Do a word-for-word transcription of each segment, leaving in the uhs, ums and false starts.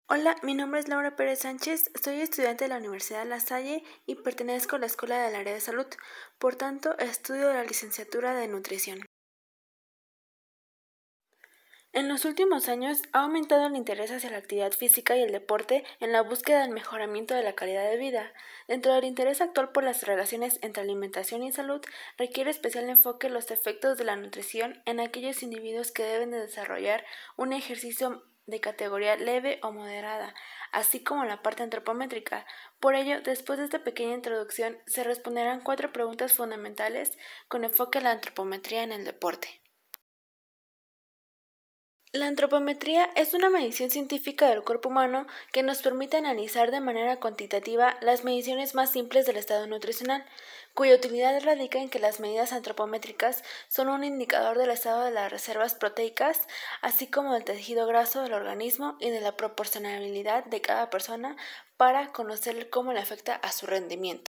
Hola, mi nombre es Laura Pérez Sánchez, soy estudiante de la Universidad La Salle y pertenezco a la Escuela del Área de Salud, por tanto, estudio la licenciatura de Nutrición. En los últimos años ha aumentado el interés hacia la actividad física y el deporte en la búsqueda del mejoramiento de la calidad de vida. Dentro del interés actual por las relaciones entre alimentación y salud, requiere especial enfoque los efectos de la nutrición en aquellos individuos que deben de desarrollar un ejercicio de categoría leve o moderada, así como la parte antropométrica. Por ello, después de esta pequeña introducción, se responderán cuatro preguntas fundamentales con enfoque a la antropometría en el deporte. La antropometría es una medición científica del cuerpo humano que nos permite analizar de manera cuantitativa las mediciones más simples del estado nutricional, cuya utilidad radica en que las medidas antropométricas son un indicador del estado de las reservas proteicas, así como del tejido graso del organismo y de la proporcionalidad de cada persona para conocer cómo le afecta a su rendimiento.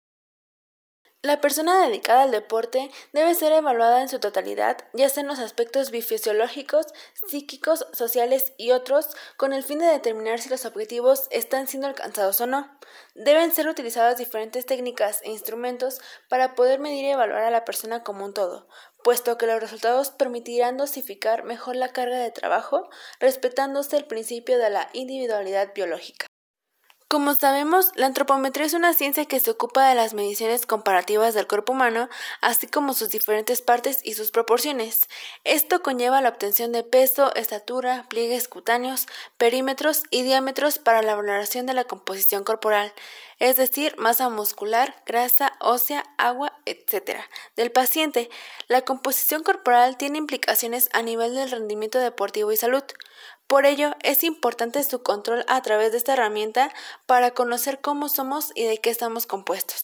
La persona dedicada al deporte debe ser evaluada en su totalidad, ya sea en los aspectos biofisiológicos, psíquicos, sociales y otros, con el fin de determinar si los objetivos están siendo alcanzados o no. Deben ser utilizadas diferentes técnicas e instrumentos para poder medir y evaluar a la persona como un todo, puesto que los resultados permitirán dosificar mejor la carga de trabajo, respetándose el principio de la individualidad biológica. Como sabemos, la antropometría es una ciencia que se ocupa de las mediciones comparativas del cuerpo humano, así como sus diferentes partes y sus proporciones. Esto conlleva la obtención de peso, estatura, pliegues cutáneos, perímetros y diámetros para la valoración de la composición corporal, es decir, masa muscular, grasa, ósea, agua, etcétera, del paciente. La composición corporal tiene implicaciones a nivel del rendimiento deportivo y salud. Por ello, es importante su control a través de esta herramienta para conocer cómo somos y de qué estamos compuestos.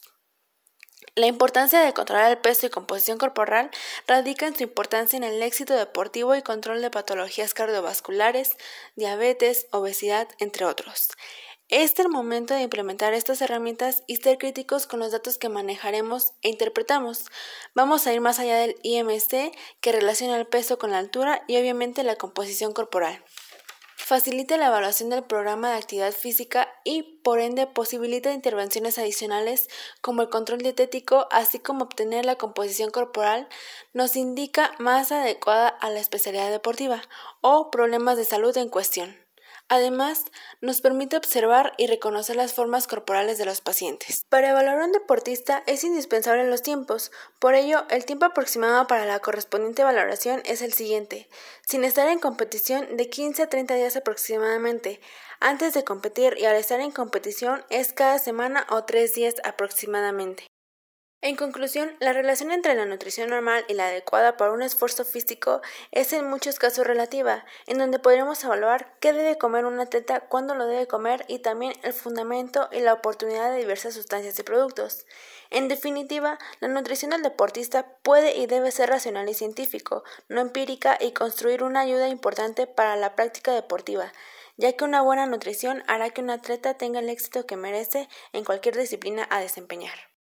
La importancia de controlar el peso y composición corporal radica en su importancia en el éxito deportivo y control de patologías cardiovasculares, diabetes, obesidad, entre otros. Es el momento de implementar estas herramientas y ser críticos con los datos que manejaremos e interpretamos. Vamos a ir más allá del I M C, que relaciona el peso con la altura y obviamente la composición corporal. Facilita la evaluación del programa de actividad física y, por ende, posibilita intervenciones adicionales como el control dietético, así como obtener la composición corporal, nos indica más adecuada a la especialidad deportiva o problemas de salud en cuestión. Además, nos permite observar y reconocer las formas corporales de los pacientes. Para evaluar a un deportista es indispensable los tiempos, por ello, el tiempo aproximado para la correspondiente valoración es el siguiente: sin estar en competición, de quince a treinta días aproximadamente. Antes de competir y al estar en competición es cada semana o tres días aproximadamente. En conclusión, la relación entre la nutrición normal y la adecuada para un esfuerzo físico es en muchos casos relativa, en donde podremos evaluar qué debe comer un atleta, cuándo lo debe comer y también el fundamento y la oportunidad de diversas sustancias y productos. En definitiva, la nutrición del deportista puede y debe ser racional y científico, no empírica, y construir una ayuda importante para la práctica deportiva, ya que una buena nutrición hará que un atleta tenga el éxito que merece en cualquier disciplina a desempeñar.